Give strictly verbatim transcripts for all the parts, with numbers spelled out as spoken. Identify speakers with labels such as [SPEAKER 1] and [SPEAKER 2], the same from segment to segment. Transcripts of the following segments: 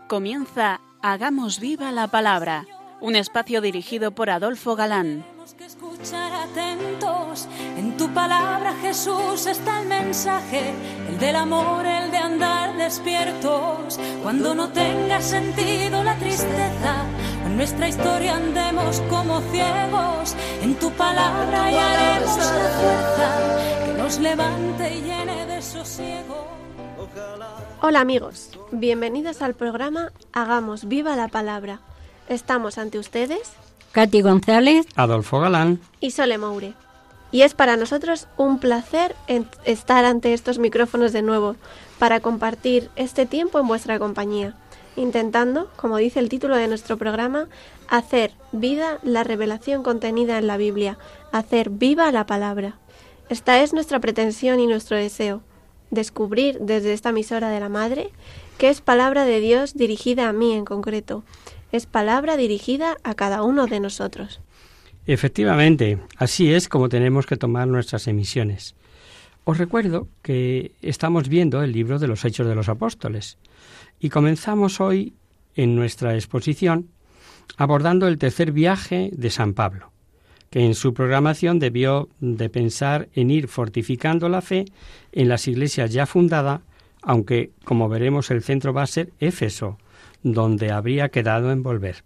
[SPEAKER 1] Comienza Hagamos Viva la Palabra, un espacio dirigido por Adolfo Galán.
[SPEAKER 2] Tenemos que escuchar atentos, en tu palabra, Jesús, está el mensaje, el del amor, el de andar despiertos. Cuando no tenga sentido la tristeza, en nuestra historia andemos como ciegos, en tu palabra hallaremos la fuerza que nos levante y llene de sosiego.
[SPEAKER 3] Hola amigos, bienvenidos al programa Hagamos Viva la Palabra. Estamos ante ustedes
[SPEAKER 4] Katy González,
[SPEAKER 5] Adolfo Galán
[SPEAKER 3] y Sole Moure. Y es para nosotros un placer estar ante estos micrófonos de nuevo para compartir este tiempo en vuestra compañía, intentando, como dice el título de nuestro programa, hacer vida la revelación contenida en la Biblia, hacer viva la palabra. Esta es nuestra pretensión y nuestro deseo, descubrir desde esta emisora de la Madre que es palabra de Dios dirigida a mí en concreto, es palabra dirigida a cada uno de nosotros.
[SPEAKER 5] Efectivamente, así es como tenemos que tomar nuestras emisiones. Os recuerdo que estamos viendo el libro de los Hechos de los Apóstoles y comenzamos hoy en nuestra exposición abordando el tercer viaje de San Pablo, que en su programación debió de pensar en ir fortificando la fe en las iglesias ya fundadas, aunque, como veremos, el centro va a ser Éfeso, donde habría quedado en volver.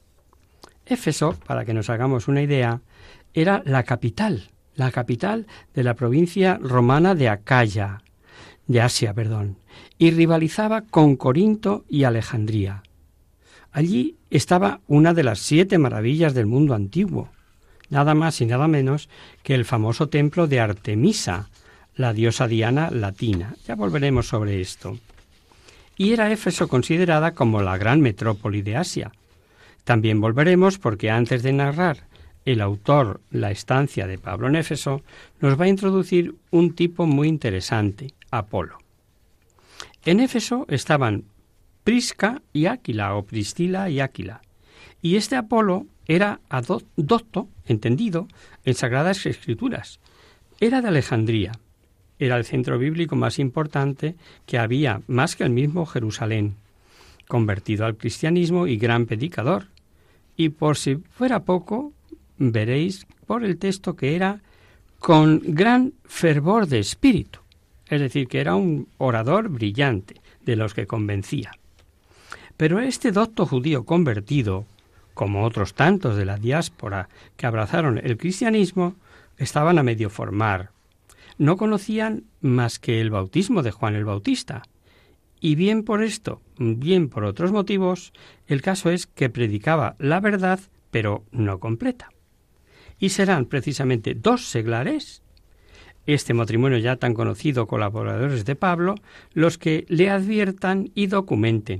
[SPEAKER 5] Éfeso, para que nos hagamos una idea, era la capital, la capital de la provincia romana de Acaya, de Asia, perdón, y rivalizaba con Corinto y Alejandría. Allí estaba una de las siete maravillas del mundo antiguo, nada más y nada menos que el famoso templo de Artemisa, la diosa Diana latina. Ya volveremos sobre esto. Y era Éfeso considerada como la gran metrópoli de Asia. También volveremos porque antes de narrar el autor la estancia de Pablo en Éfeso, nos va a introducir un tipo muy interesante, Apolo. En Éfeso estaban Prisca y Áquila, o Priscila y Áquila. Y este Apolo era docto, entendido, en Sagradas Escrituras. Era de Alejandría. Era el centro bíblico más importante que había, más que el mismo Jerusalén, convertido al cristianismo y gran predicador. Y por si fuera poco, veréis por el texto que era con gran fervor de espíritu, es decir, que era un orador brillante, de los que convencía. Pero este docto judío convertido, como otros tantos de la diáspora que abrazaron el cristianismo, estaban a medio formar. No conocían más que el bautismo de Juan el Bautista. Y bien por esto, bien por otros motivos, el caso es que predicaba la verdad, pero no completa. Y serán precisamente dos seglares, este matrimonio ya tan conocido, colaboradores de Pablo, los que le adviertan y documenten.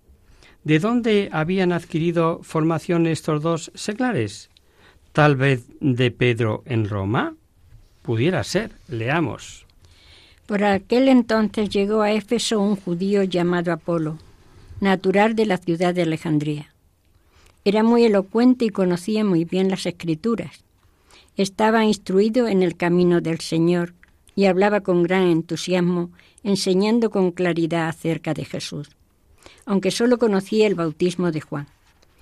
[SPEAKER 5] ¿De dónde habían adquirido formación estos dos seglares? ¿Tal vez de Pedro en Roma? Pudiera ser. Leamos.
[SPEAKER 4] Por aquel entonces llegó a Éfeso un judío llamado Apolo, natural de la ciudad de Alejandría. Era muy elocuente y conocía muy bien las Escrituras. Estaba instruido en el camino del Señor y hablaba con gran entusiasmo, enseñando con claridad acerca de Jesús, aunque solo conocía el bautismo de Juan.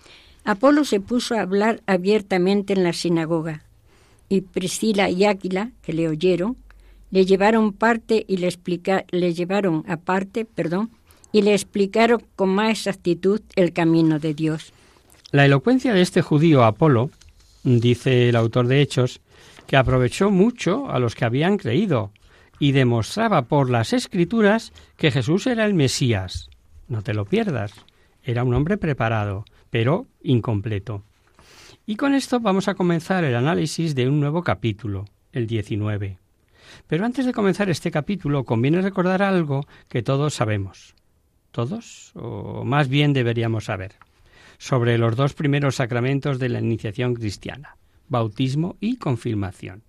[SPEAKER 4] Apolo se puso a hablar abiertamente en la sinagoga, y Priscila y Áquila, que le oyeron, le llevaron parte y le explica, le llevaron aparte, perdón, y le explicaron con más exactitud el camino de Dios.
[SPEAKER 5] La elocuencia de este judío Apolo, dice el autor de Hechos, que aprovechó mucho a los que habían creído y demostraba por las Escrituras que Jesús era el Mesías. No te lo pierdas. Era un hombre preparado, pero incompleto. Y con esto vamos a comenzar el análisis de un nuevo capítulo, el diecinueve. Pero antes de comenzar este capítulo conviene recordar algo que todos sabemos. ¿Todos? O más bien deberíamos saber. Sobre los dos primeros sacramentos de la iniciación cristiana, bautismo y confirmación.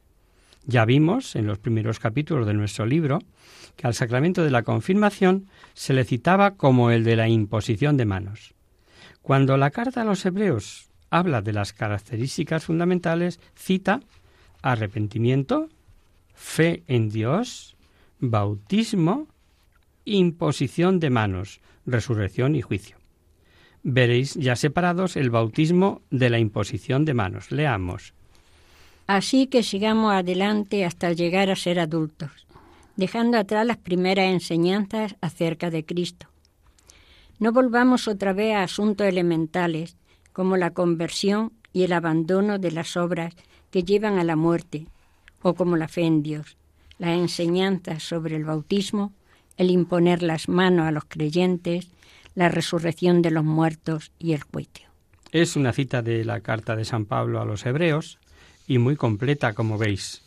[SPEAKER 5] Ya vimos en los primeros capítulos de nuestro libro que al sacramento de la confirmación se le citaba como el de la imposición de manos. Cuando la carta a los hebreos habla de las características fundamentales, cita arrepentimiento, fe en Dios, bautismo, imposición de manos, resurrección y juicio. Veréis ya separados el bautismo de la imposición de manos. Leamos.
[SPEAKER 4] Así que sigamos adelante hasta llegar a ser adultos, dejando atrás las primeras enseñanzas acerca de Cristo. No volvamos otra vez a asuntos elementales como la conversión y el abandono de las obras que llevan a la muerte, o como la fe en Dios, las enseñanzas sobre el bautismo, el imponer las manos a los creyentes, la resurrección de los muertos y el juicio.
[SPEAKER 5] Es una cita de la carta de San Pablo a los Hebreos y muy completa, como veis.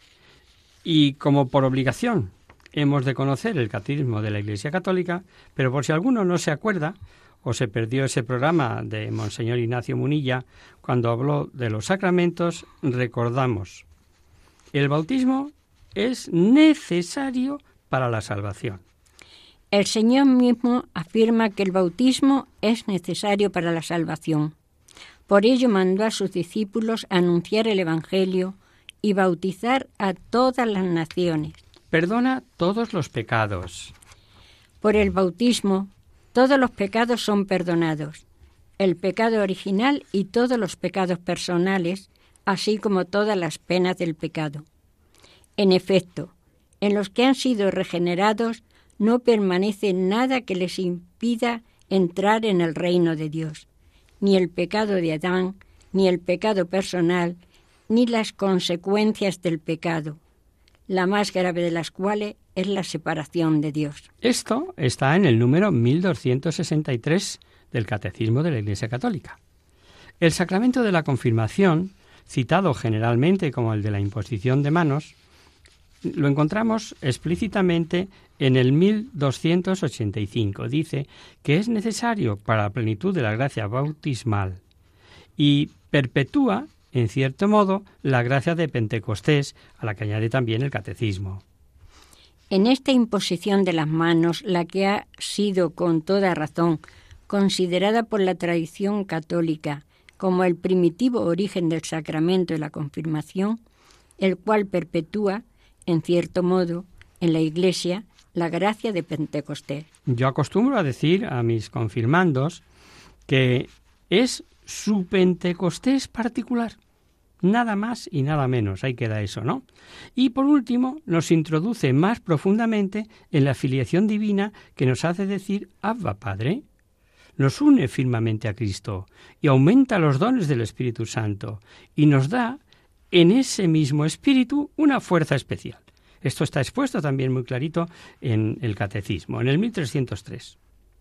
[SPEAKER 5] Y como por obligación hemos de conocer el catecismo de la Iglesia Católica, pero por si alguno no se acuerda o se perdió ese programa de Monseñor Ignacio Munilla cuando habló de los sacramentos, recordamos. El bautismo es necesario para la salvación.
[SPEAKER 4] El Señor mismo afirma que el bautismo es necesario para la salvación. Por ello mandó a sus discípulos a anunciar el Evangelio y bautizar a todas las naciones.
[SPEAKER 5] Perdona todos los pecados.
[SPEAKER 4] Por el bautismo, todos los pecados son perdonados, el pecado original y todos los pecados personales, así como todas las penas del pecado. En efecto, en los que han sido regenerados no permanece nada que les impida entrar en el reino de Dios, ni el pecado de Adán, ni el pecado personal, ni las consecuencias del pecado, la más grave de las cuales es la separación de Dios.
[SPEAKER 5] Esto está en el número mil doscientos sesenta y tres del Catecismo de la Iglesia Católica. El sacramento de la confirmación, citado generalmente como el de la imposición de manos, lo encontramos explícitamente en el mil doscientos ochenta y cinco. Dice que es necesario para la plenitud de la gracia bautismal y perpetúa, en cierto modo, la gracia de Pentecostés, a la que añade también el Catecismo.
[SPEAKER 4] En esta imposición de las manos, la que ha sido con toda razón considerada por la tradición católica como el primitivo origen del sacramento de la confirmación, el cual perpetúa, en cierto modo, en la Iglesia, la gracia de Pentecostés.
[SPEAKER 5] Yo acostumbro a decir a mis confirmandos que es su Pentecostés particular. Nada más y nada menos, ahí queda eso, ¿no? Y por último, nos introduce más profundamente en la filiación divina que nos hace decir Abba, Padre. Nos une firmemente a Cristo y aumenta los dones del Espíritu Santo y nos da en ese mismo Espíritu una fuerza especial. Esto está expuesto también muy clarito en el Catecismo, en el mil trescientos tres.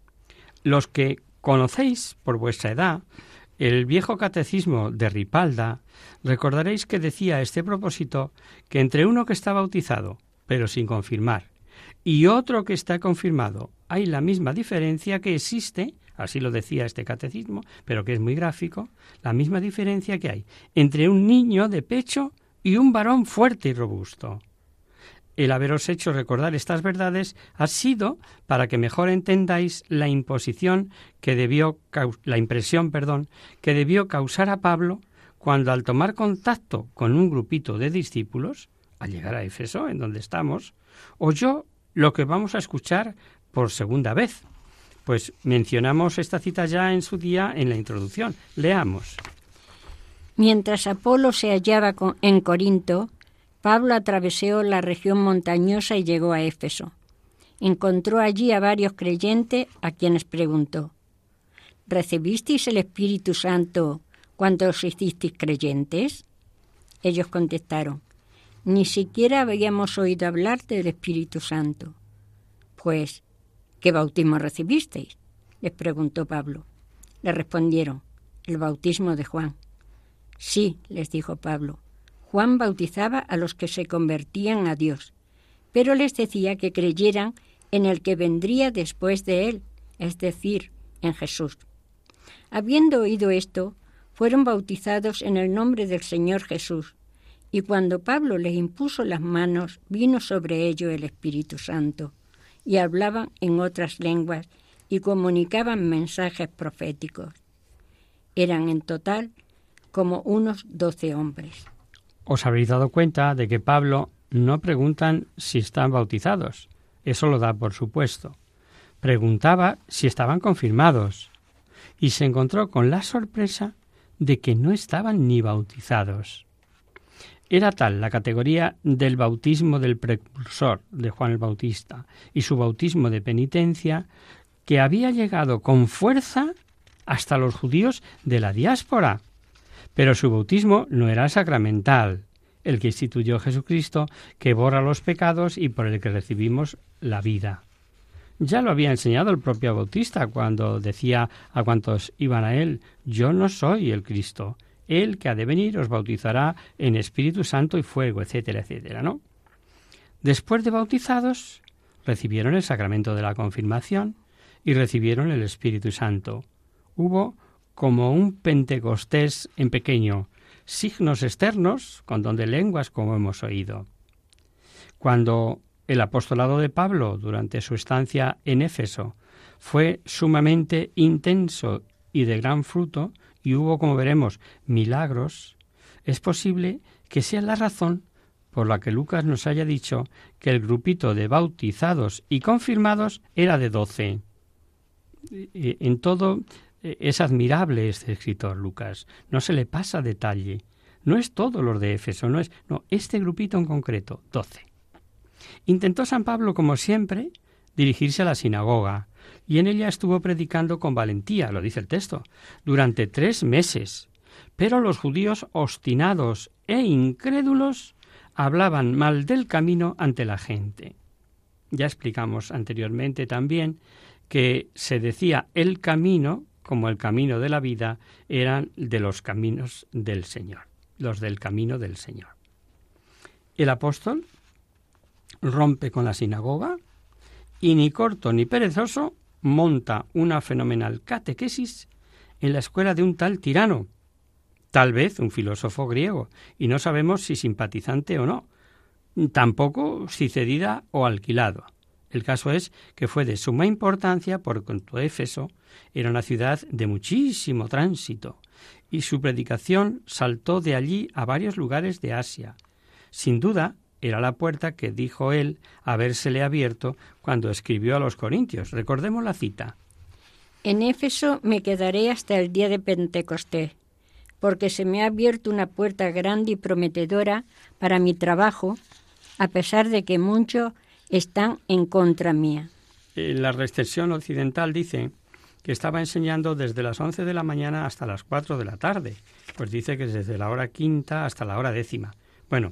[SPEAKER 5] Los que conocéis por vuestra edad el viejo Catecismo de Ripalda, recordaréis que decía a este propósito que entre uno que está bautizado, pero sin confirmar, y otro que está confirmado, hay la misma diferencia que existe, así lo decía este catecismo, pero que es muy gráfico, la misma diferencia que hay entre un niño de pecho y un varón fuerte y robusto. El haberos hecho recordar estas verdades ha sido para que mejor entendáis la imposición que debió la impresión, perdón, que debió causar a Pablo cuando al tomar contacto con un grupito de discípulos, al llegar a Éfeso, en donde estamos, oyó lo que vamos a escuchar por segunda vez. Pues mencionamos esta cita ya en su día en la introducción. Leamos.
[SPEAKER 4] Mientras Apolo se hallaba en Corinto, Pablo atravesó la región montañosa y llegó a Éfeso. Encontró allí a varios creyentes a quienes preguntó: ¿recibisteis el Espíritu Santo cuando os hicisteis creyentes? Ellos contestaron: ni siquiera habíamos oído hablar del Espíritu Santo. Pues, ¿qué bautismo recibisteis?, les preguntó Pablo. Le respondieron: el bautismo de Juan. Sí, les dijo Pablo, Juan bautizaba a los que se convertían a Dios, pero les decía que creyeran en el que vendría después de él, es decir, en Jesús. Habiendo oído esto, fueron bautizados en el nombre del Señor Jesús, y cuando Pablo les impuso las manos, vino sobre ellos el Espíritu Santo, y hablaban en otras lenguas y comunicaban mensajes proféticos. Eran en total como unos doce hombres.
[SPEAKER 5] Os habréis dado cuenta de que Pablo no preguntan si están bautizados. eso lo da por supuesto. Preguntaba si estaban confirmados y se encontró con la sorpresa de que no estaban ni bautizados. Era tal la categoría del bautismo del precursor de Juan el Bautista y su bautismo de penitencia que había llegado con fuerza hasta los judíos de la diáspora. Pero su bautismo no era sacramental, el que instituyó Jesucristo, que borra los pecados y por el que recibimos la vida. Ya lo había enseñado el propio Bautista cuando decía a cuantos iban a él: yo no soy el Cristo, él que ha de venir os bautizará en Espíritu Santo y fuego, etcétera, etcétera, ¿no? Después de bautizados, recibieron el sacramento de la confirmación y recibieron el Espíritu Santo. Hubo como un Pentecostés en pequeño, signos externos con don de lenguas, como hemos oído. Cuando el apostolado de Pablo durante su estancia en Éfeso fue sumamente intenso y de gran fruto, y hubo, como veremos, milagros, es posible que sea la razón por la que Lucas nos haya dicho que el grupito de bautizados y confirmados era de doce. En todo es admirable este escritor Lucas, no se le pasa detalle. No es todo los de Éfeso, no es, no, este grupito en concreto, doce. Intentó San Pablo, como siempre, dirigirse a la sinagoga, y en ella estuvo predicando con valentía, lo dice el texto, durante tres meses. Pero los judíos obstinados e incrédulos hablaban mal del camino ante la gente. Ya explicamos anteriormente también que se decía el camino, como el camino de la vida, eran de los caminos del Señor, los del camino del Señor. El apóstol rompe con la sinagoga y ni corto ni perezoso monta una fenomenal catequesis en la escuela de un tal Tirano, tal vez un filósofo griego, y no sabemos si simpatizante o no, tampoco si cedida o alquilado. El caso es que fue de suma importancia por cuanto Éfeso era una ciudad de muchísimo tránsito y su predicación saltó de allí a varios lugares de Asia. Sin duda, era la puerta que dijo él habérsele abierto cuando escribió a los Corintios. Recordemos la cita.
[SPEAKER 4] En Éfeso me quedaré hasta el día de Pentecostés, porque se me ha abierto una puerta grande y prometedora para mi trabajo, a pesar de que muchos están en contra mía.
[SPEAKER 5] La recensión occidental dice que estaba enseñando desde las once de la mañana hasta las cuatro de la tarde. Pues dice que desde la hora quinta hasta la hora décima. Bueno,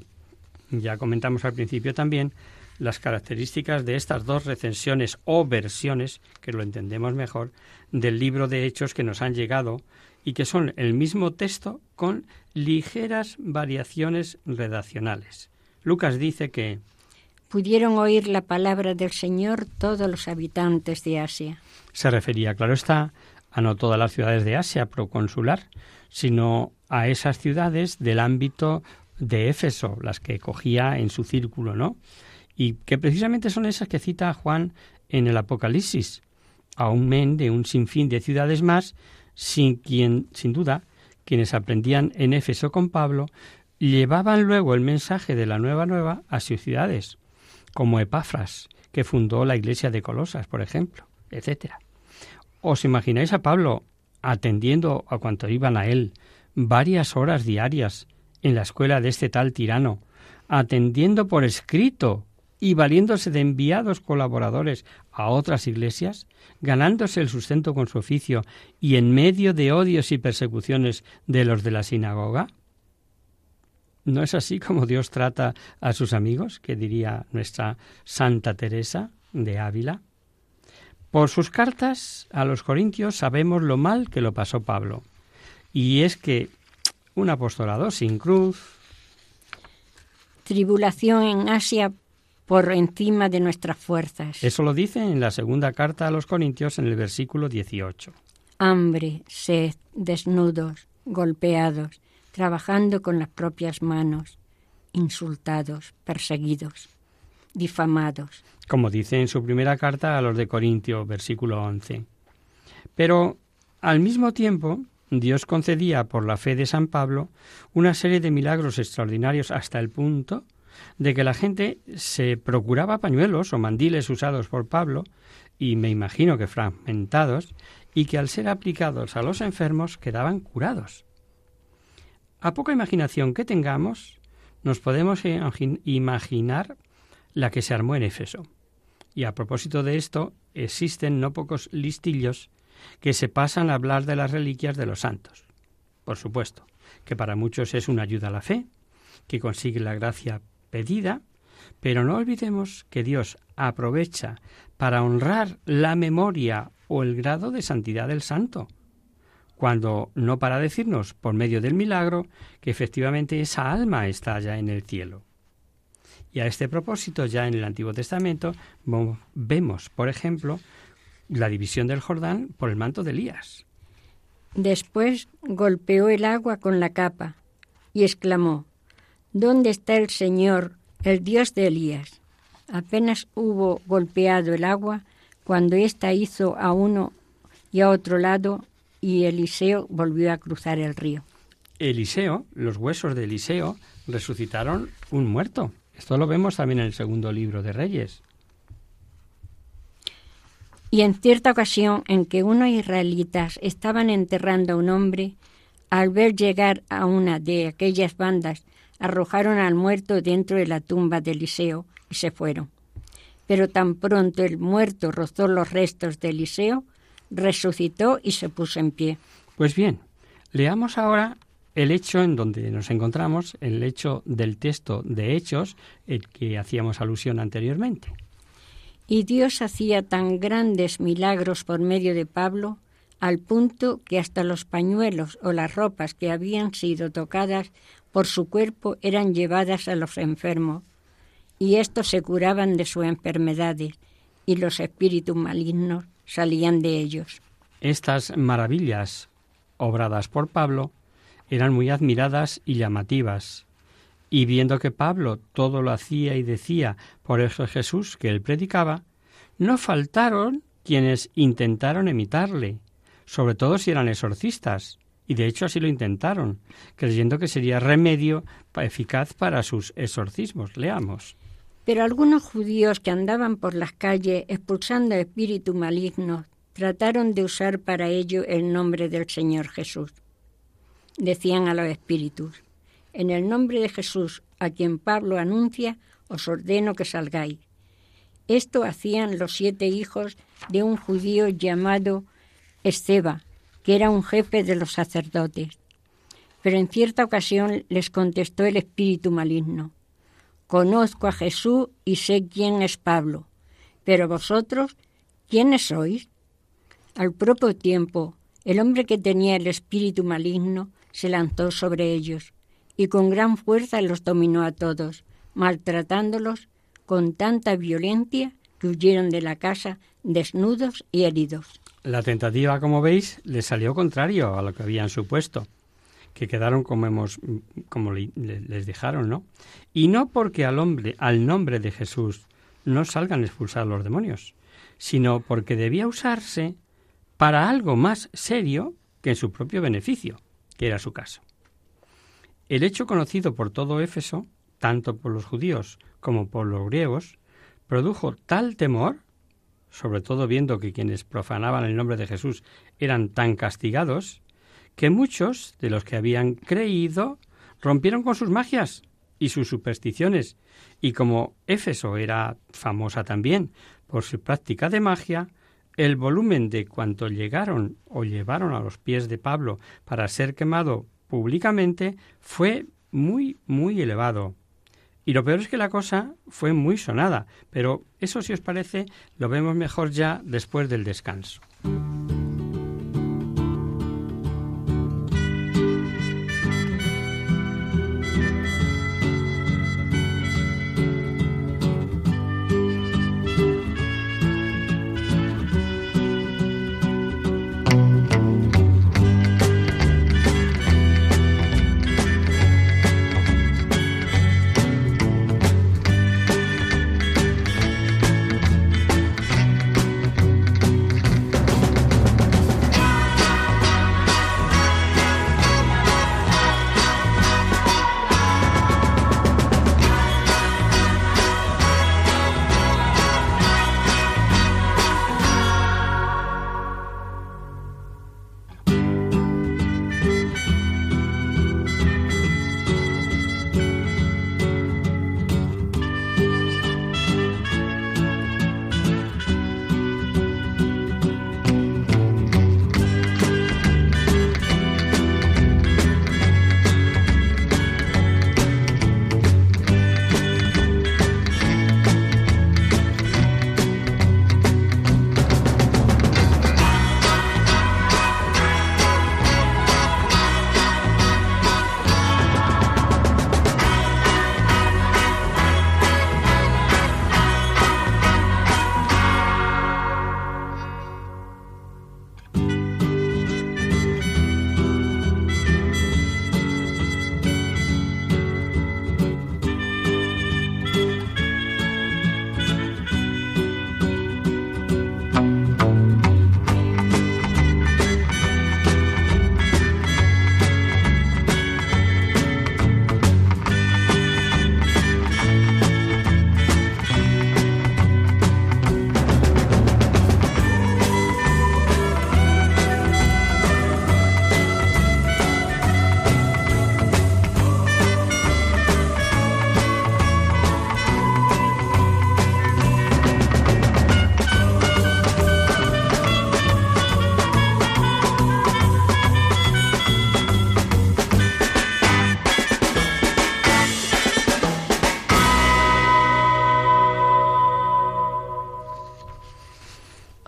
[SPEAKER 5] ya comentamos al principio también las características de estas dos recensiones o versiones, que lo entendemos mejor, del libro de Hechos que nos han llegado y que son el mismo texto con ligeras variaciones redaccionales. Lucas dice que
[SPEAKER 4] pudieron oír la palabra del Señor todos los habitantes de Asia.
[SPEAKER 5] Se refería, claro está, a no todas las ciudades de Asia proconsular, sino a esas ciudades del ámbito de Éfeso, las que cogía en su círculo, ¿no? Y que precisamente son esas que cita Juan en el Apocalipsis, aumén de un sinfín de ciudades más, sin quien, sin duda, quienes aprendían en Éfeso con Pablo, llevaban luego el mensaje de la nueva nueva a sus ciudades, como Epafras, que fundó la iglesia de Colosas, por ejemplo, etcétera. ¿Os imagináis a Pablo atendiendo a cuanto iban a él varias horas diarias en la escuela de este tal Tirano, atendiendo por escrito y valiéndose de enviados colaboradores a otras iglesias, ganándose el sustento con su oficio y en medio de odios y persecuciones de los de la sinagoga? ¿No es así como Dios trata a sus amigos, que diría nuestra Santa Teresa de Ávila? Por sus cartas a los Corintios sabemos lo mal que lo pasó Pablo. Y es que un apostolado sin cruz,
[SPEAKER 4] tribulación en Asia por encima de nuestras fuerzas.
[SPEAKER 5] Eso lo dice en la segunda carta a los Corintios en el versículo dieciocho.
[SPEAKER 4] Hambre, sed, desnudos, golpeados, trabajando con las propias manos, insultados, perseguidos, difamados.
[SPEAKER 5] Como dice en su primera carta a los de Corintios, versículo once. Pero, al mismo tiempo, Dios concedía por la fe de San Pablo una serie de milagros extraordinarios hasta el punto de que la gente se procuraba pañuelos o mandiles usados por Pablo, y me imagino que fragmentados, y que al ser aplicados a los enfermos quedaban curados. A poca imaginación que tengamos, nos podemos imaginar la que se armó en Éfeso. Y a propósito de esto, existen no pocos listillos que se pasan a hablar de las reliquias de los santos. Por supuesto, que para muchos es una ayuda a la fe, que consigue la gracia pedida, pero no olvidemos que Dios aprovecha para honrar la memoria o el grado de santidad del santo, cuando no para decirnos, por medio del milagro, que efectivamente esa alma está ya en el cielo. Y a este propósito, ya en el Antiguo Testamento, vemos, por ejemplo, la división del Jordán por el manto de Elías.
[SPEAKER 4] Después golpeó el agua con la capa y exclamó: ¿Dónde está el Señor, el Dios de Elías? Apenas hubo golpeado el agua cuando ésta hizo a uno y a otro lado, y Eliseo volvió a cruzar el río.
[SPEAKER 5] Eliseo, los huesos de Eliseo, resucitaron un muerto. Esto lo vemos también en el segundo libro de Reyes.
[SPEAKER 4] Y en cierta ocasión en que unos israelitas estaban enterrando a un hombre, al ver llegar a una de aquellas bandas, arrojaron al muerto dentro de la tumba de Eliseo y se fueron. Pero tan pronto el muerto rozó los restos de Eliseo, resucitó y se puso en pie.
[SPEAKER 5] Pues bien, leamos ahora el hecho en donde nos encontramos, el hecho del texto de Hechos, el que hacíamos alusión anteriormente.
[SPEAKER 4] Y Dios hacía tan grandes milagros por medio de Pablo, al punto que hasta los pañuelos o las ropas que habían sido tocadas por su cuerpo eran llevadas a los enfermos, y estos se curaban de sus enfermedades, y los espíritus malignos salían de ellos.
[SPEAKER 5] Estas maravillas, obradas por Pablo, eran muy admiradas y llamativas, y viendo que Pablo todo lo hacía y decía por eso Jesús que él predicaba, no faltaron quienes intentaron imitarle, sobre todo si eran exorcistas, y de hecho así lo intentaron, creyendo que sería remedio eficaz para sus exorcismos. Leamos.
[SPEAKER 4] Pero algunos judíos que andaban por las calles expulsando espíritus malignos trataron de usar para ello el nombre del Señor Jesús. Decían a los espíritus: en el nombre de Jesús, a quien Pablo anuncia, os ordeno que salgáis. Esto hacían los siete hijos de un judío llamado Esceva, que era un jefe de los sacerdotes. Pero en cierta ocasión les contestó el espíritu maligno: conozco a Jesús y sé quién es Pablo, pero vosotros, ¿quiénes sois? Al propio tiempo, el hombre que tenía el espíritu maligno se lanzó sobre ellos y con gran fuerza los dominó a todos, maltratándolos con tanta violencia que huyeron de la casa desnudos y heridos.
[SPEAKER 5] La tentativa, como veis, les salió contrario a lo que habían supuesto, que quedaron como hemos como le, les dejaron, ¿no? Y no porque al hombre, al nombre de Jesús no salgan expulsados los demonios, sino porque debía usarse para algo más serio que en su propio beneficio, que era su caso. El hecho conocido por todo Éfeso, tanto por los judíos como por los griegos, produjo tal temor, sobre todo viendo que quienes profanaban el nombre de Jesús eran tan castigados, que muchos de los que habían creído rompieron con sus magias y sus supersticiones, y como Éfeso era famosa también por su práctica de magia, el volumen de cuanto llegaron o llevaron a los pies de Pablo para ser quemado públicamente fue muy, muy elevado. Y lo peor es que la cosa fue muy sonada, pero eso, si os parece, lo vemos mejor ya después del descanso.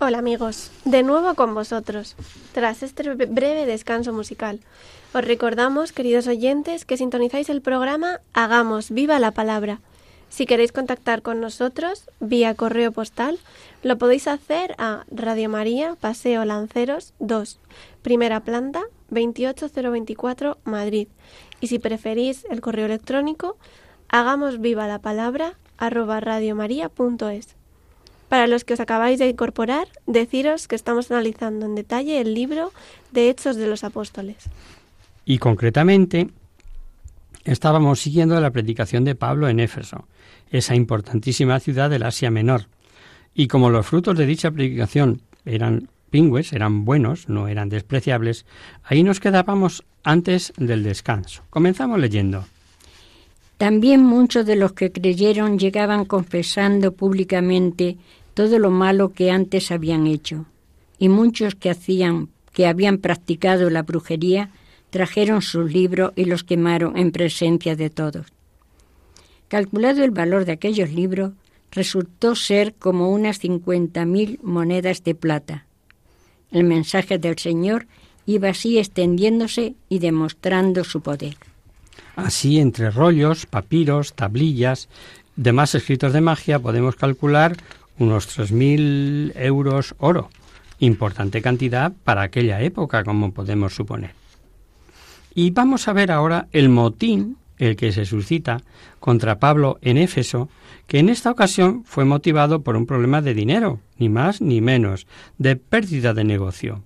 [SPEAKER 3] Hola amigos, de nuevo con vosotros, tras este breve descanso musical. Os recordamos, queridos oyentes, que sintonizáis el programa Hagamos viva la palabra. Si queréis contactar con nosotros vía correo postal, lo podéis hacer a Radio María, Paseo Lanceros dos, primera planta, veintiocho mil veinticuatro, Madrid. Y si preferís el correo electrónico, hagamos viva la palabra arroba radiomaria punto es. Para los que os acabáis de incorporar, deciros que estamos analizando en detalle el libro de Hechos de los Apóstoles.
[SPEAKER 5] Y concretamente, estábamos siguiendo la predicación de Pablo en Éfeso, esa importantísima ciudad del Asia Menor. Y como los frutos de dicha predicación eran pingües, eran buenos, no eran despreciables, ahí nos quedábamos antes del descanso. Comenzamos leyendo.
[SPEAKER 4] También muchos de los que creyeron llegaban confesando públicamente todo lo malo que antes habían hecho, y muchos que hacían, que habían practicado la brujería, trajeron sus libros y los quemaron en presencia de todos. Calculado el valor de aquellos libros, resultó ser como unas cincuenta mil monedas de plata. El mensaje del Señor iba así extendiéndose y demostrando su poder.
[SPEAKER 5] Así, entre rollos, papiros, tablillas, demás escritos de magia, podemos calcular unos tres mil euros oro. Importante cantidad para aquella época, como podemos suponer. Y vamos a ver ahora el motín, el que se suscita contra Pablo en Éfeso, que en esta ocasión fue motivado por un problema de dinero, ni más ni menos, de pérdida de negocio.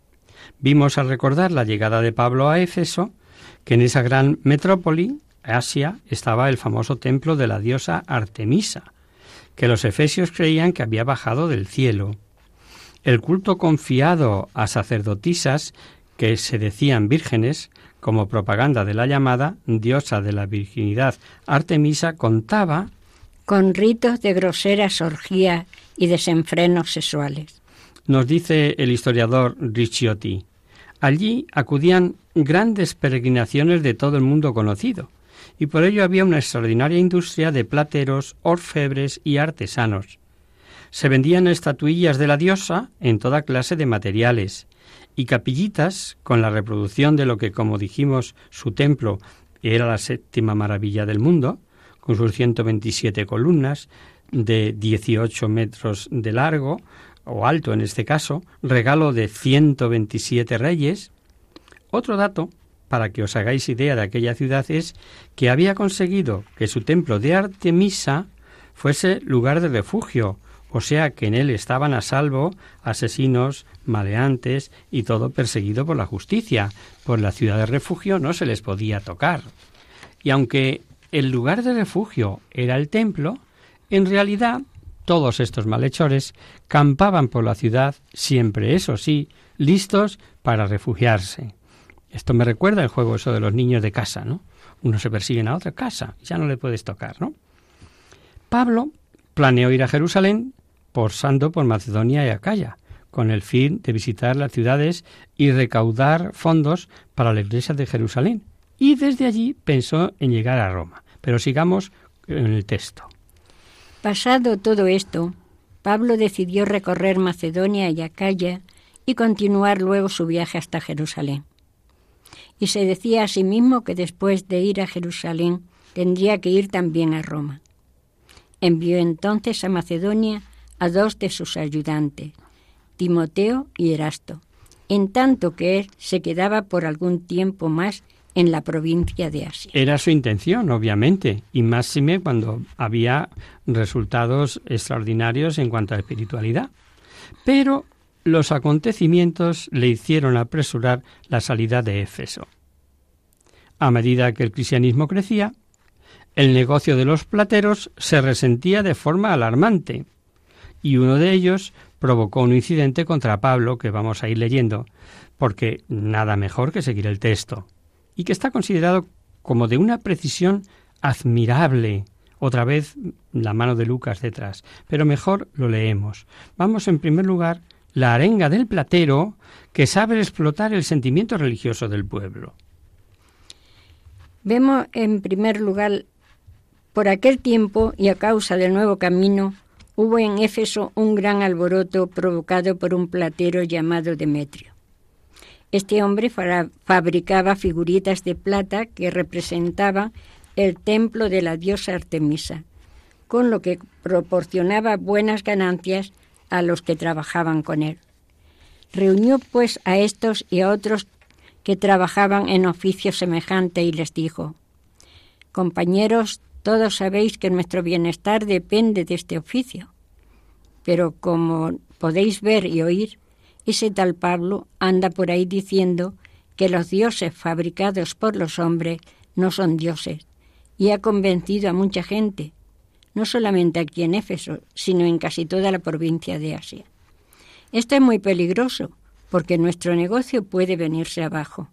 [SPEAKER 5] Vimos al recordar la llegada de Pablo a Éfeso, que en esa gran metrópoli, Asia, estaba el famoso templo de la diosa Artemisa, que los efesios creían que había bajado del cielo. El culto confiado a sacerdotisas que se decían vírgenes, como propaganda de la llamada diosa de la virginidad Artemisa, contaba
[SPEAKER 4] con ritos de groseras orgías y desenfrenos sexuales.
[SPEAKER 5] Nos dice el historiador Ricciotti, allí acudían grandes peregrinaciones de todo el mundo conocido, y por ello había una extraordinaria industria de plateros, orfebres y artesanos. Se vendían estatuillas de la diosa en toda clase de materiales, y capillitas con la reproducción de lo que, como dijimos, su templo era la séptima maravilla del mundo, con sus ciento veintisiete columnas de dieciocho metros de largo, o alto en este caso, regalo de ciento veintisiete reyes. Otro dato, para que os hagáis idea de aquella ciudad, es que había conseguido que su templo de Artemisa fuese lugar de refugio, o sea que en él estaban a salvo asesinos, maleantes y todo perseguido por la justicia. Por la ciudad de refugio no se les podía tocar. Y aunque el lugar de refugio era el templo, en realidad todos estos malhechores campaban por la ciudad, siempre, eso sí, listos para refugiarse. Esto me recuerda el juego eso de los niños de casa, ¿no? Uno se persiguen a otra casa, ya no le puedes tocar, ¿no? Pablo planeó ir a Jerusalén pasando por Macedonia y Acaya, con el fin de visitar las ciudades y recaudar fondos para la iglesia de Jerusalén. Y desde allí pensó en llegar a Roma. Pero sigamos en el texto.
[SPEAKER 4] Pasado todo esto, Pablo decidió recorrer Macedonia y Acaya y continuar luego su viaje hasta Jerusalén. Y se decía a sí mismo que después de ir a Jerusalén tendría que ir también a Roma. Envió entonces a Macedonia a dos de sus ayudantes, Timoteo y Erasto, en tanto que él se quedaba por algún tiempo más en la provincia de Asia.
[SPEAKER 5] Era su intención, obviamente, y máxime cuando había resultados extraordinarios en cuanto a espiritualidad. Pero los acontecimientos le hicieron apresurar la salida de Éfeso. A medida que el cristianismo crecía, el negocio de los plateros se resentía de forma alarmante, y uno de ellos provocó un incidente contra Pablo, que vamos a ir leyendo, porque nada mejor que seguir el texto, y que está considerado como de una precisión admirable. Otra vez la mano de Lucas detrás, pero mejor lo leemos. Vamos en primer lugar, la arenga del platero, que sabe explotar el sentimiento religioso del pueblo.
[SPEAKER 4] Vemos en primer lugar, por aquel tiempo y a causa del nuevo camino, hubo en Éfeso un gran alboroto provocado por un platero llamado Demetrio. Este hombre fa- fabricaba figuritas de plata que representaban el templo de la diosa Artemisa, con lo que proporcionaba buenas ganancias a los que trabajaban con él. Reunió pues a estos y a otros que trabajaban en oficio semejante y les dijo: compañeros, todos sabéis que nuestro bienestar depende de este oficio, pero como podéis ver y oír, ese tal Pablo anda por ahí diciendo que los dioses fabricados por los hombres no son dioses, y ha convencido a mucha gente, no solamente aquí en Éfeso, sino en casi toda la provincia de Asia. Esto es muy peligroso, porque nuestro negocio puede venirse abajo.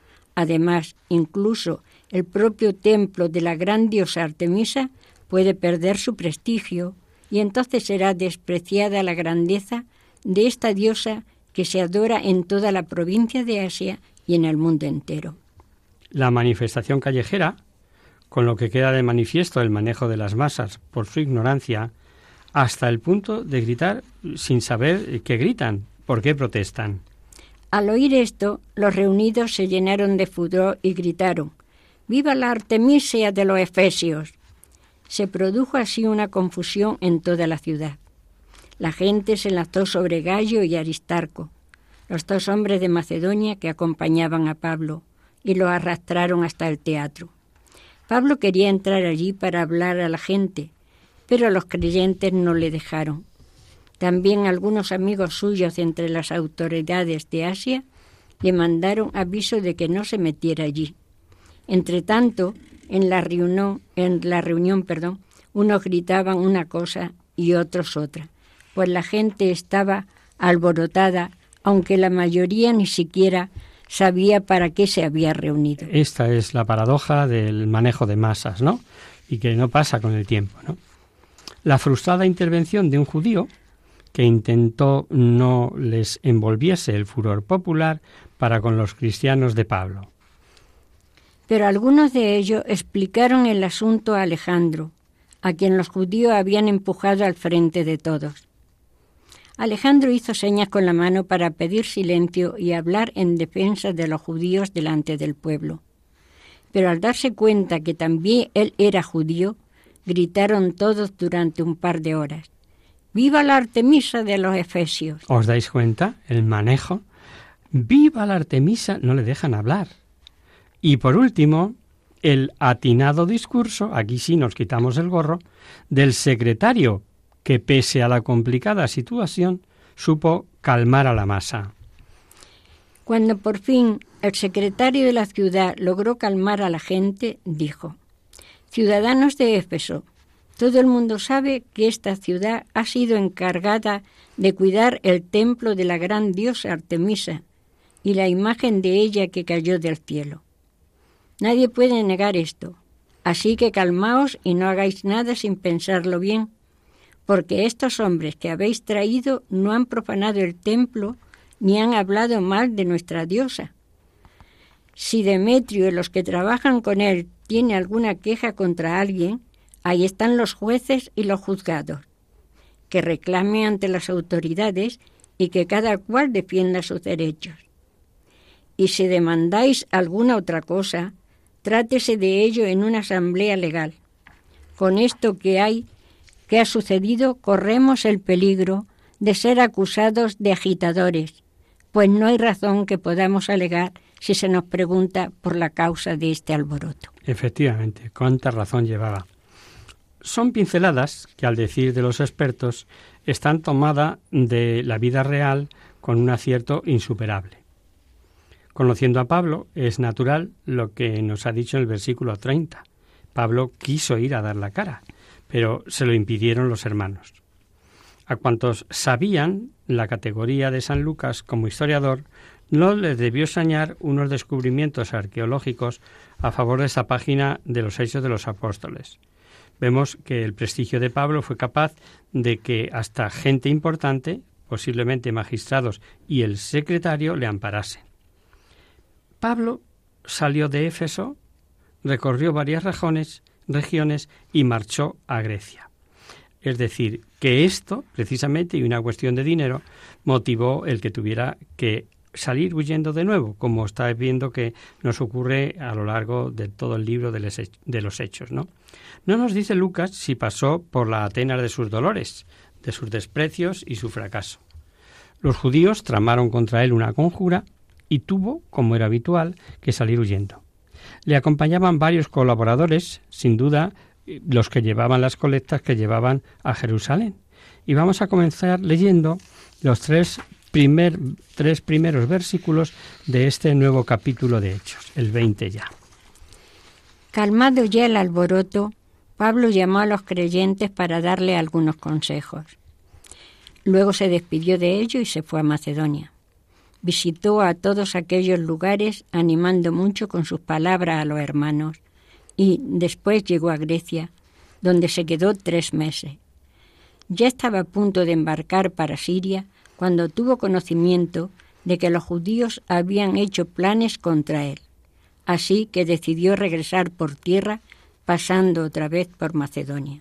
[SPEAKER 4] Además, incluso el propio templo de la gran diosa Artemisa puede perder su prestigio, y entonces será despreciada la grandeza de esta diosa que se adora en toda la provincia de Asia y en el mundo entero.
[SPEAKER 5] La manifestación callejera, con lo que queda de manifiesto el manejo de las masas por su ignorancia, hasta el punto de gritar sin saber qué gritan, por qué protestan.
[SPEAKER 4] Al oír esto, los reunidos se llenaron de furor y gritaron: ¡Viva la Artemisia de los Efesios! Se produjo así una confusión en toda la ciudad. La gente se lanzó sobre Gayo y Aristarco, los dos hombres de Macedonia que acompañaban a Pablo, y lo arrastraron hasta el teatro. Pablo quería entrar allí para hablar a la gente, pero los creyentes no le dejaron. También algunos amigos suyos entre las autoridades de Asia le mandaron aviso de que no se metiera allí. Entretanto, en la reunión, en la reunión, perdón, unos gritaban una cosa y otros otra, pues la gente estaba alborotada, aunque la mayoría ni siquiera sabía para qué se había reunido.
[SPEAKER 5] Esta es la paradoja del manejo de masas, ¿no? Y que no pasa con el tiempo, ¿no? La frustrada intervención de un judío que intentó no les envolviese el furor popular para con los cristianos de Pablo.
[SPEAKER 4] Pero algunos de ellos explicaron el asunto a Alejandro, a quien los judíos habían empujado al frente de todos. Alejandro hizo señas con la mano para pedir silencio y hablar en defensa de los judíos delante del pueblo. Pero al darse cuenta que también él era judío, gritaron todos durante un par de horas: ¡Viva la Artemisa de los Efesios!
[SPEAKER 5] ¿Os dais cuenta? El manejo. ¡Viva la Artemisa! No le dejan hablar. Y por último, el atinado discurso, aquí sí nos quitamos el gorro, del secretario, que pese a la complicada situación, supo calmar a la masa.
[SPEAKER 4] Cuando por fin el secretario de la ciudad logró calmar a la gente, dijo: ciudadanos de Éfeso, todo el mundo sabe que esta ciudad ha sido encargada de cuidar el templo de la gran diosa Artemisa y la imagen de ella que cayó del cielo. Nadie puede negar esto, así que calmaos y no hagáis nada sin pensarlo bien, porque estos hombres que habéis traído no han profanado el templo ni han hablado mal de nuestra diosa. Si Demetrio y los que trabajan con él tiene alguna queja contra alguien, ahí están los jueces y los juzgados, que reclamen ante las autoridades y que cada cual defienda sus derechos. Y si demandáis alguna otra cosa, trátese de ello en una asamblea legal. Con esto que hay, que ha sucedido, corremos el peligro de ser acusados de agitadores, pues no hay razón que podamos alegar si se nos pregunta por la causa de este alboroto.
[SPEAKER 5] Efectivamente, cuánta razón llevaba. Son pinceladas que, al decir de los expertos, están tomadas de la vida real con un acierto insuperable. Conociendo a Pablo, es natural lo que nos ha dicho en el versículo treinta. Pablo quiso ir a dar la cara, pero se lo impidieron los hermanos. A cuantos sabían la categoría de San Lucas como historiador, no les debió extrañar unos descubrimientos arqueológicos a favor de esa página de los Hechos de los Apóstoles. Vemos que el prestigio de Pablo fue capaz de que hasta gente importante, posiblemente magistrados y el secretario, le amparasen. Pablo salió de Éfeso, recorrió varias regiones, regiones y marchó a Grecia. Es decir, que esto, precisamente, y una cuestión de dinero, motivó el que tuviera que salir huyendo de nuevo, como estáis viendo que nos ocurre a lo largo de todo el libro de los Hechos, ¿no? No nos dice Lucas si pasó por la Atenas de sus dolores, de sus desprecios y su fracaso. Los judíos tramaron contra él una conjura y tuvo, como era habitual, que salir huyendo. Le acompañaban varios colaboradores, sin duda, los que llevaban las colectas que llevaban a Jerusalén. Y vamos a comenzar leyendo los tres, primer, tres primeros versículos de este nuevo capítulo de Hechos, el veinte ya.
[SPEAKER 4] Calmado ya el alboroto, Pablo llamó a los creyentes para darle algunos consejos. Luego se despidió de ellos y se fue a Macedonia. Visitó a todos aquellos lugares, animando mucho con sus palabras a los hermanos, y después llegó a Grecia, donde se quedó tres meses. Ya estaba a punto de embarcar para Siria cuando tuvo conocimiento de que los judíos habían hecho planes contra él. Así que decidió regresar por tierra, pasando otra vez por Macedonia.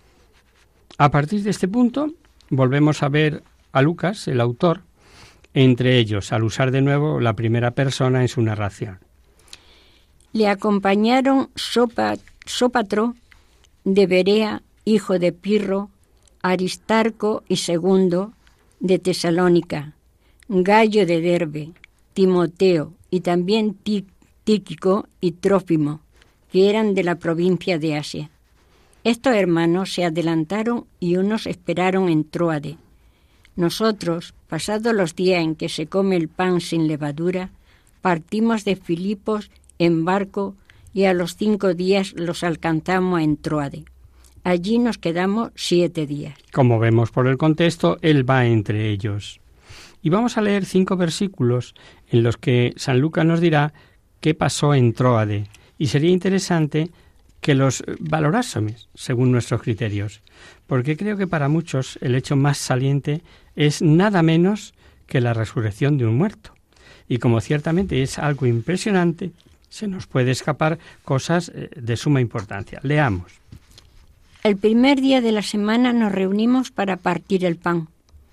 [SPEAKER 5] A partir de este punto, volvemos a ver a Lucas, el autor, entre ellos, al usar de nuevo la primera persona en su narración.
[SPEAKER 4] Le acompañaron Sopa, Sópatro de Berea, hijo de Pirro, Aristarco y Segundo de Tesalónica, Gallo de Derbe, Timoteo y también Tíquico y Trófimo, que eran de la provincia de Asia. Estos hermanos se adelantaron y unos esperaron en Tróade. Nosotros, pasados los días en que se come el pan sin levadura, partimos de Filipos en barco y a los cinco días los alcanzamos en Tróade. Allí nos quedamos siete días.
[SPEAKER 5] Como vemos por el contexto, él va entre ellos. Y vamos a leer cinco versículos en los que San Lucas nos dirá qué pasó en Tróade. Y sería interesante que los valorásemos según nuestros criterios, porque creo que para muchos el hecho más saliente es nada menos que la resurrección de un muerto. Y como ciertamente es algo impresionante, se nos puede escapar cosas de suma importancia. Leamos.
[SPEAKER 4] El primer día de la semana nos reunimos para partir el pan,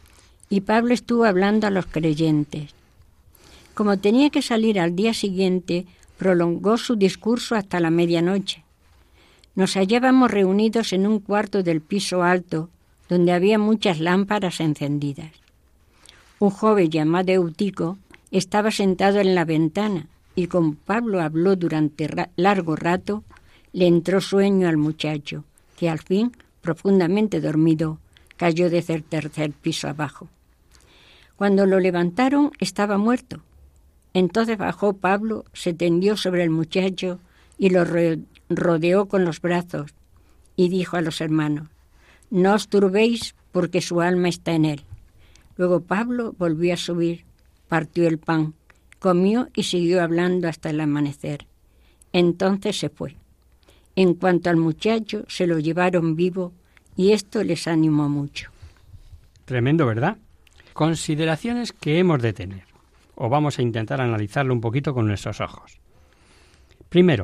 [SPEAKER 4] y Pablo estuvo hablando a los creyentes. Como tenía que salir al día siguiente, prolongó su discurso hasta la medianoche. Nos hallábamos reunidos en un cuarto del piso alto, donde había muchas lámparas encendidas. Un joven llamado Eutico estaba sentado en la ventana, y como Pablo habló durante ra- largo rato, le entró sueño al muchacho, que al fin, profundamente dormido, cayó desde el tercer piso abajo. Cuando lo levantaron, estaba muerto. Entonces bajó Pablo, se tendió sobre el muchacho y lo rodeó con los brazos, y dijo a los hermanos: «No os turbéis, porque su alma está en él». Luego Pablo volvió a subir, partió el pan, comió y siguió hablando hasta el amanecer. Entonces se fue. En cuanto al muchacho, se lo llevaron vivo y esto les animó mucho.
[SPEAKER 5] Tremendo, ¿verdad? Consideraciones que hemos de tener, o vamos a intentar analizarlo un poquito con nuestros ojos. Primero,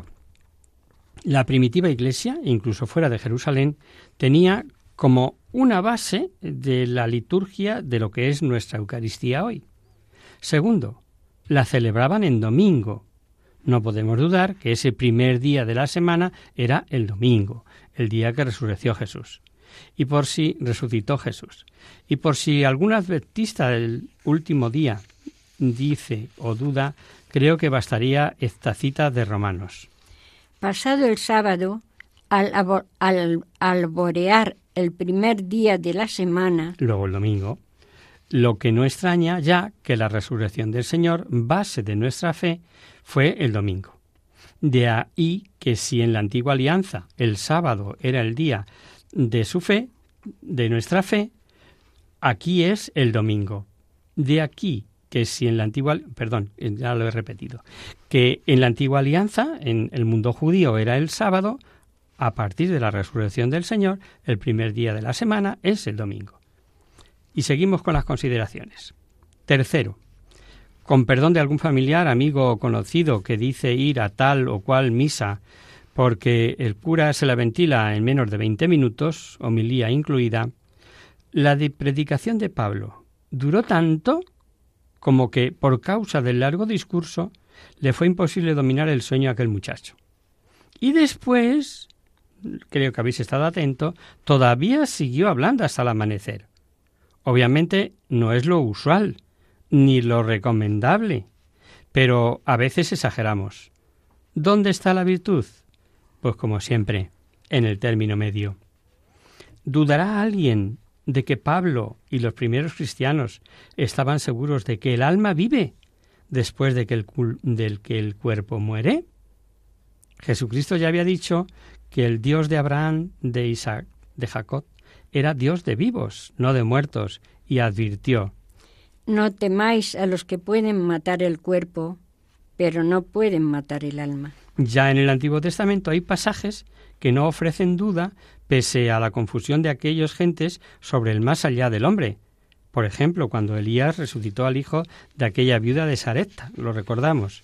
[SPEAKER 5] la primitiva iglesia, incluso fuera de Jerusalén, tenía como una base de la liturgia de lo que es nuestra Eucaristía hoy. Segundo, la celebraban en domingo. No podemos dudar que ese primer día de la semana era el domingo, el día que resucitó Jesús. Y por si resucitó Jesús. Y por si algún adventista del último día dice o duda, creo que bastaría esta cita de Romanos.
[SPEAKER 4] Pasado el sábado, al, abo- al alborear el primer día de la semana,
[SPEAKER 5] luego el domingo, lo que no extraña ya que la resurrección del Señor, base de nuestra fe, fue el domingo. De ahí que si en la antigua alianza el sábado era el día de su fe, de nuestra fe, aquí es el domingo. De aquí que si en la antigua, perdón, ya lo he repetido, que en la antigua alianza, en el mundo judío era el sábado, a partir de la resurrección del Señor, el primer día de la semana es el domingo. Y seguimos con las consideraciones. Tercero, con perdón de algún familiar, amigo o conocido que dice ir a tal o cual misa porque el cura se la ventila en menos de veinte minutos, homilía incluida, la de predicación de Pablo duró tanto como que, por causa del largo discurso, le fue imposible dominar el sueño a aquel muchacho. Y después, creo que habéis estado atento, todavía siguió hablando hasta el amanecer. Obviamente no es lo usual, ni lo recomendable, pero a veces exageramos. ¿Dónde está la virtud? Pues como siempre, en el término medio. ¿Dudará alguien de que Pablo y los primeros cristianos estaban seguros de que el alma vive después de que el, del que el cuerpo muere? Jesucristo ya había dicho que el Dios de Abraham, de Isaac, de Jacob, era Dios de vivos, no de muertos, y advirtió:
[SPEAKER 4] no temáis a los que pueden matar el cuerpo, pero no pueden matar el alma.
[SPEAKER 5] Ya en el Antiguo Testamento hay pasajes que no ofrecen duda pese a la confusión de aquellas gentes sobre el más allá del hombre. Por ejemplo, cuando Elías resucitó al hijo de aquella viuda de Sarepta, lo recordamos.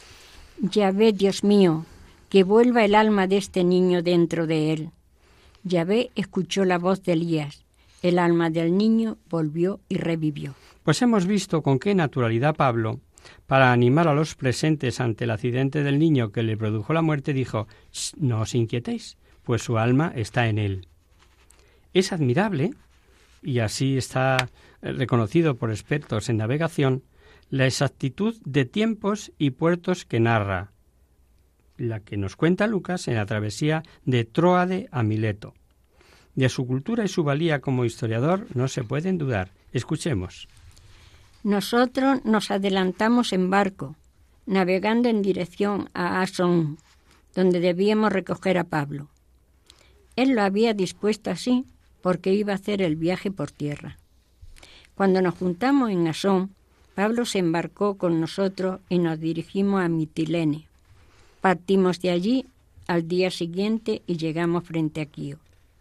[SPEAKER 4] Yahvé, Dios mío, que vuelva el alma de este niño dentro de él. Yahvé escuchó la voz de Elías. El alma del niño volvió y revivió.
[SPEAKER 5] Pues hemos visto con qué naturalidad Pablo, para animar a los presentes ante el accidente del niño que le produjo la muerte, dijo: no os inquietéis, pues su alma está en él. Es admirable, y así está reconocido por expertos en navegación, la exactitud de tiempos y puertos que narra, la que nos cuenta Lucas en la travesía de Tróade a Mileto. De su cultura y su valía como historiador no se pueden dudar. Escuchemos.
[SPEAKER 4] Nosotros nos adelantamos en barco, navegando en dirección a Asón, donde debíamos recoger a Pablo. Él lo había dispuesto así porque iba a hacer el viaje por tierra. Cuando nos juntamos en Asón, Pablo se embarcó con nosotros y nos dirigimos a Mitilene. Partimos de allí al día siguiente y llegamos frente a Quío.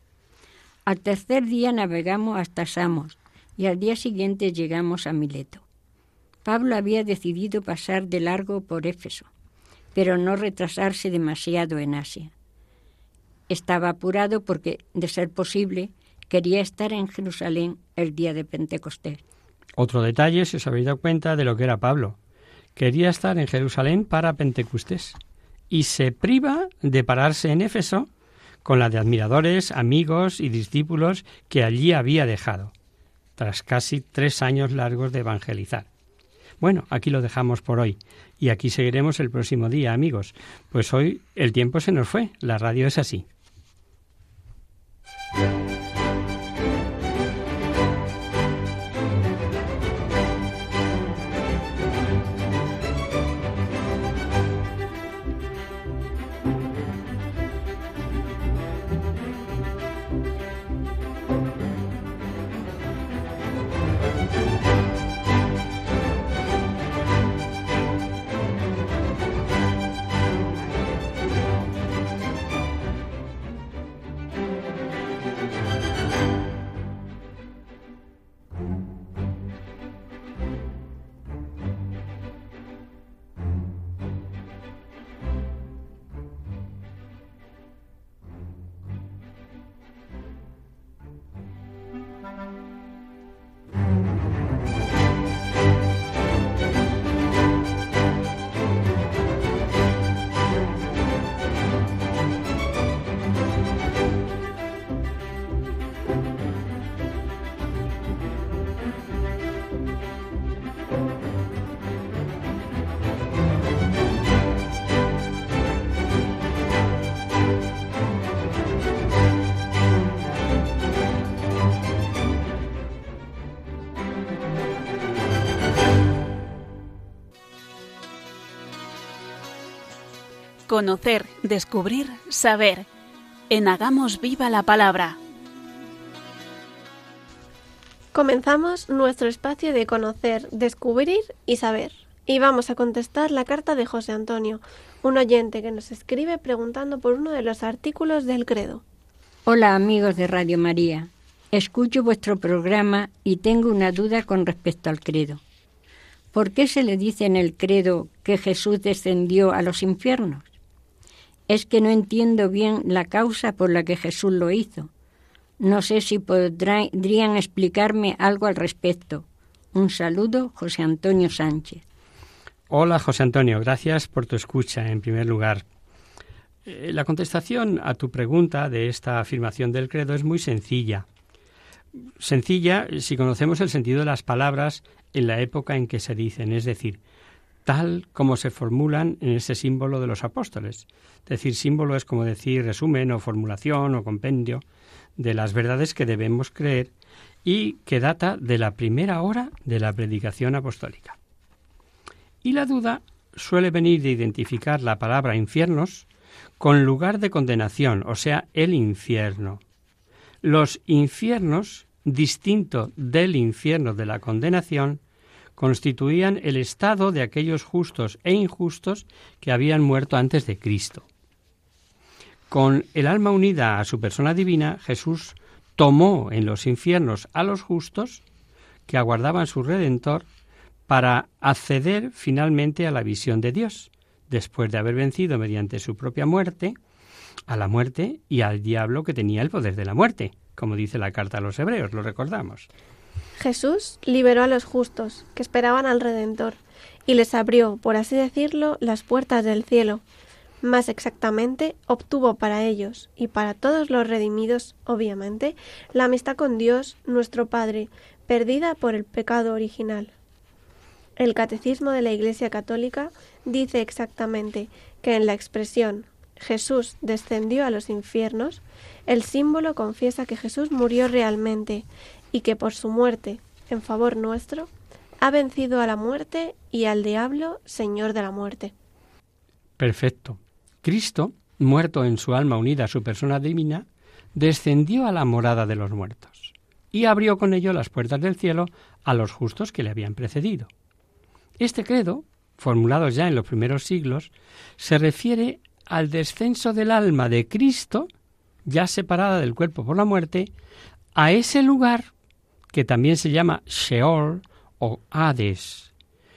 [SPEAKER 4] Al tercer día navegamos hasta Samos y al día siguiente llegamos a Mileto. Pablo había decidido pasar de largo por Éfeso, pero no retrasarse demasiado en Asia. Estaba apurado porque, de ser posible, quería estar en Jerusalén el día de Pentecostés.
[SPEAKER 5] Otro detalle, si os habéis dado cuenta de lo que era Pablo. Quería estar en Jerusalén para Pentecostés y se priva de pararse en Éfeso con la de admiradores, amigos y discípulos que allí había dejado, tras casi tres años largos de evangelizar. Bueno, aquí lo dejamos por hoy y aquí seguiremos el próximo día, amigos, pues hoy el tiempo se nos fue, la radio es así.
[SPEAKER 1] Conocer, descubrir, saber. En Hagamos Viva la Palabra.
[SPEAKER 3] Comenzamos nuestro espacio de conocer, descubrir y saber. Y vamos a contestar la carta de José Antonio, un oyente que nos escribe preguntando por uno de los artículos del credo.
[SPEAKER 4] Hola amigos de Radio María, escucho vuestro programa y tengo una duda con respecto al credo. ¿Por qué se le dice en el credo que Jesús descendió a los infiernos? Es que no entiendo bien la causa por la que Jesús lo hizo. No sé si podrían explicarme algo al respecto. Un saludo, José Antonio Sánchez.
[SPEAKER 5] Hola, José Antonio. Gracias por tu escucha, en primer lugar. Eh, la contestación a tu pregunta de esta afirmación del credo es muy sencilla. Sencilla si conocemos el sentido de las palabras en la época en que se dicen, es decir, tal como se formulan en ese símbolo de los apóstoles. Decir símbolo es como decir resumen o formulación o compendio de las verdades que debemos creer y que data de la primera hora de la predicación apostólica. Y la duda suele venir de identificar la palabra infiernos con lugar de condenación, o sea, el infierno. Los infiernos, distinto del infierno de la condenación, constituían el estado de aquellos justos e injustos que habían muerto antes de Cristo. Con el alma unida a su persona divina, Jesús tomó en los infiernos a los justos que aguardaban su Redentor para acceder finalmente a la visión de Dios, después de haber vencido mediante su propia muerte a la muerte y al diablo que tenía el poder de la muerte, como dice la carta a los Hebreos, lo recordamos.
[SPEAKER 3] Jesús liberó a los justos, que esperaban al Redentor, y les abrió, por así decirlo, las puertas del cielo. Más exactamente, obtuvo para ellos, y para todos los redimidos, obviamente, la amistad con Dios, nuestro Padre, perdida por el pecado original. El Catecismo de la Iglesia Católica dice exactamente que en la expresión Jesús descendió a los infiernos, el símbolo confiesa que Jesús murió realmente y que por su muerte, en favor nuestro, ha vencido a la muerte y al diablo, señor de la muerte.
[SPEAKER 5] Perfecto. Cristo, muerto en su alma unida a su persona divina, descendió a la morada de los muertos y abrió con ello las puertas del cielo a los justos que le habían precedido. Este credo, formulado ya en los primeros siglos, se refiere al descenso del alma de Cristo, ya separada del cuerpo por la muerte, a ese lugar que también se llama Sheol o Hades.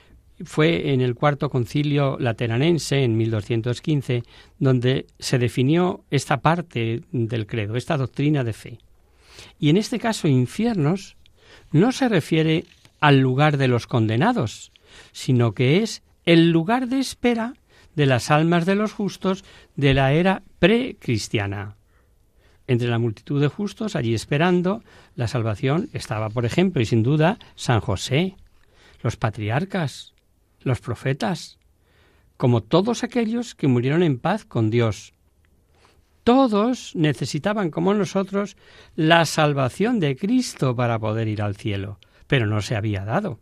[SPEAKER 5] Fue en el Cuarto Concilio Lateranense, en mil doscientos quince, donde se definió esta parte del credo, esta doctrina de fe. Y en este caso, infiernos no se refiere al lugar de los condenados, sino que es el lugar de espera de las almas de los justos de la era precristiana. Entre la multitud de justos allí esperando la salvación estaba, por ejemplo, y sin duda, San José, los patriarcas, los profetas, como todos aquellos que murieron en paz con Dios. Todos necesitaban, como nosotros, la salvación de Cristo para poder ir al cielo, pero no se había dado.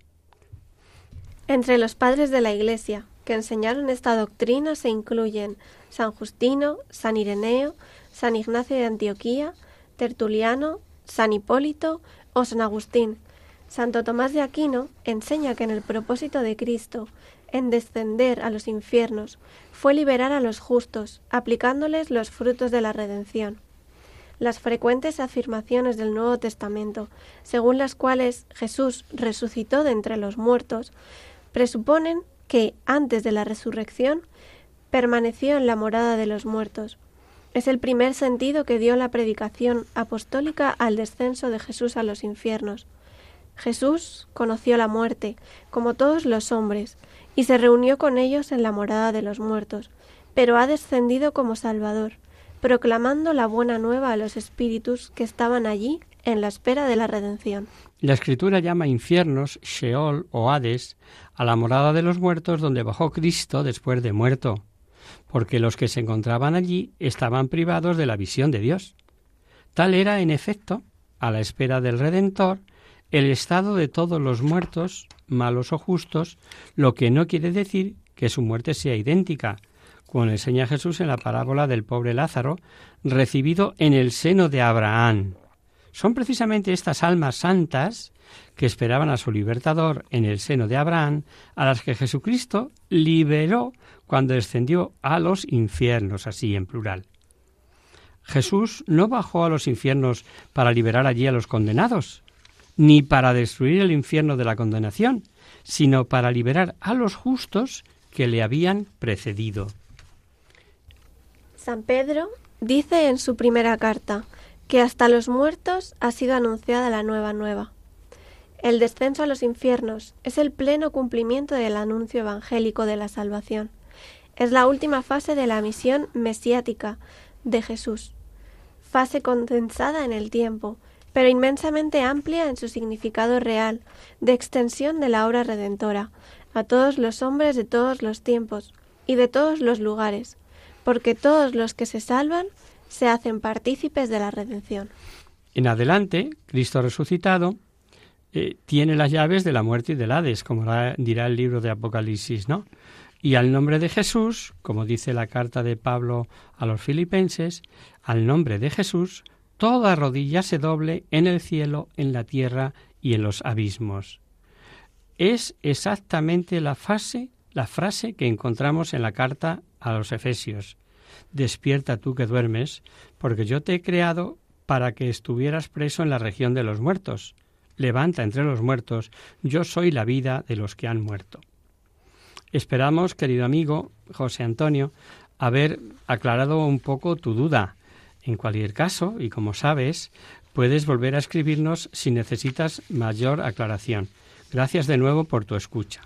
[SPEAKER 3] Entre los padres de la Iglesia que enseñaron esta doctrina se incluyen San Justino, San Ireneo, San Ignacio de Antioquía, Tertuliano, San Hipólito o San Agustín. Santo Tomás de Aquino enseña que en el propósito de Cristo, en descender a los infiernos, fue liberar a los justos, aplicándoles los frutos de la redención. Las frecuentes afirmaciones del Nuevo Testamento, según las cuales Jesús resucitó de entre los muertos, presuponen que, antes de la resurrección, permaneció en la morada de los muertos. Es el primer sentido que dio la predicación apostólica al descenso de Jesús a los infiernos. Jesús conoció la muerte, como todos los hombres, y se reunió con ellos en la morada de los muertos, pero ha descendido como Salvador, proclamando la buena nueva a los espíritus que estaban allí en la espera de la redención.
[SPEAKER 5] La Escritura llama infiernos, Sheol o Hades, a la morada de los muertos donde bajó Cristo después de muerto, porque los que se encontraban allí estaban privados de la visión de Dios. Tal era, en efecto, a la espera del Redentor, el estado de todos los muertos, malos o justos, lo que no quiere decir que su muerte sea idéntica, como enseña Jesús en la parábola del pobre Lázaro, recibido en el seno de Abraham. Son precisamente estas almas santas que esperaban a su libertador en el seno de Abraham, a las que Jesucristo liberó cuando descendió a los infiernos, así en plural. Jesús no bajó a los infiernos para liberar allí a los condenados, ni para destruir el infierno de la condenación, sino para liberar a los justos que le habían precedido.
[SPEAKER 3] San Pedro dice en su primera carta que hasta los muertos ha sido anunciada la nueva nueva. El descenso a los infiernos es el pleno cumplimiento del anuncio evangélico de la salvación. Es la última fase de la misión mesiática de Jesús, fase condensada en el tiempo, pero inmensamente amplia en su significado real, de extensión de la obra redentora, a todos los hombres de todos los tiempos y de todos los lugares, porque todos los que se salvan se hacen partícipes de la redención.
[SPEAKER 5] En adelante, Cristo resucitado eh, tiene las llaves de la muerte y del Hades, como la, dirá el libro de Apocalipsis, ¿no? Y al nombre de Jesús, como dice la carta de Pablo a los Filipenses, al nombre de Jesús, toda rodilla se doble en el cielo, en la tierra y en los abismos. Es exactamente la fase, la frase que encontramos en la carta a los Efesios. Despierta tú que duermes, porque yo te he creado para que estuvieras preso en la región de los muertos. Levanta entre los muertos, yo soy la vida de los que han muerto. Esperamos, querido amigo José Antonio, haber aclarado un poco tu duda. En cualquier caso, y como sabes, puedes volver a escribirnos si necesitas mayor aclaración. Gracias de nuevo por tu escucha.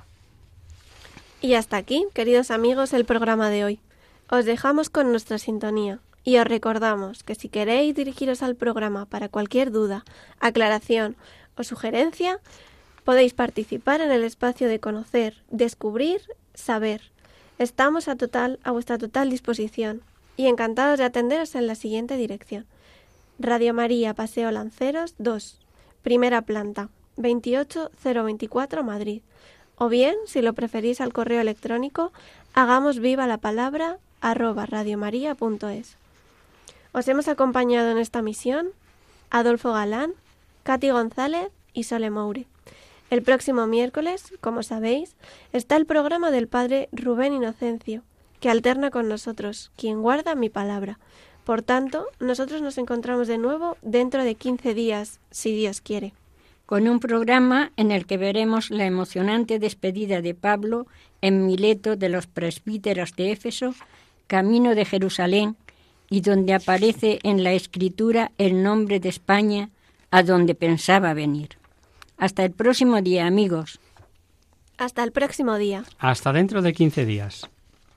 [SPEAKER 3] Y hasta aquí, queridos amigos, el programa de hoy. Os dejamos con nuestra sintonía y os recordamos que si queréis dirigiros al programa para cualquier duda, aclaración o sugerencia, podéis participar en el espacio de conocer, descubrir, saber. Estamos a, total, a vuestra total disposición y encantados de atenderos en la siguiente dirección. Radio María, Paseo Lanceros dos, primera planta, veintiocho cero veinticuatro, Madrid. O bien, si lo preferís al correo electrónico, hagamos viva la palabra arroba radiomaria.es. Os hemos acompañado en esta misión Adolfo Galán, Katy González y Sole Moure. El próximo miércoles, como sabéis, está el programa del Padre Rubén Inocencio, que alterna con nosotros, quien guarda mi palabra. Por tanto, nosotros nos encontramos de nuevo dentro de quince días, si Dios quiere.
[SPEAKER 4] Con un programa en el que veremos la emocionante despedida de Pablo en Mileto de los presbíteros de Éfeso, camino de Jerusalén, y donde aparece en la Escritura el nombre de España, a donde pensaba venir. Hasta el próximo día, amigos.
[SPEAKER 3] Hasta el próximo día.
[SPEAKER 5] Hasta dentro de quince días.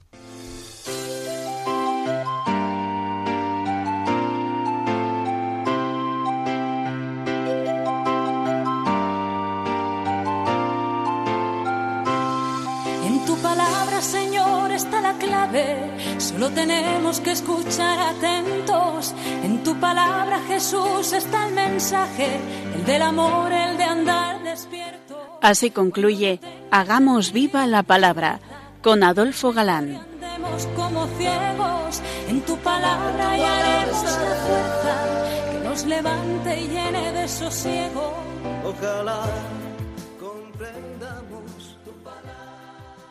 [SPEAKER 2] En tu palabra, Señor, está la clave. Solo tenemos que escuchar atentos. En tu palabra, Jesús, está el mensaje, el del amor, el de andar despierto.
[SPEAKER 1] Así concluye Hagamos viva la palabra, con Adolfo Galán.
[SPEAKER 2] Andemos como ciegos, en tu palabra y haremos la fuerza que nos levante y llene de sosiego.
[SPEAKER 6] Ojalá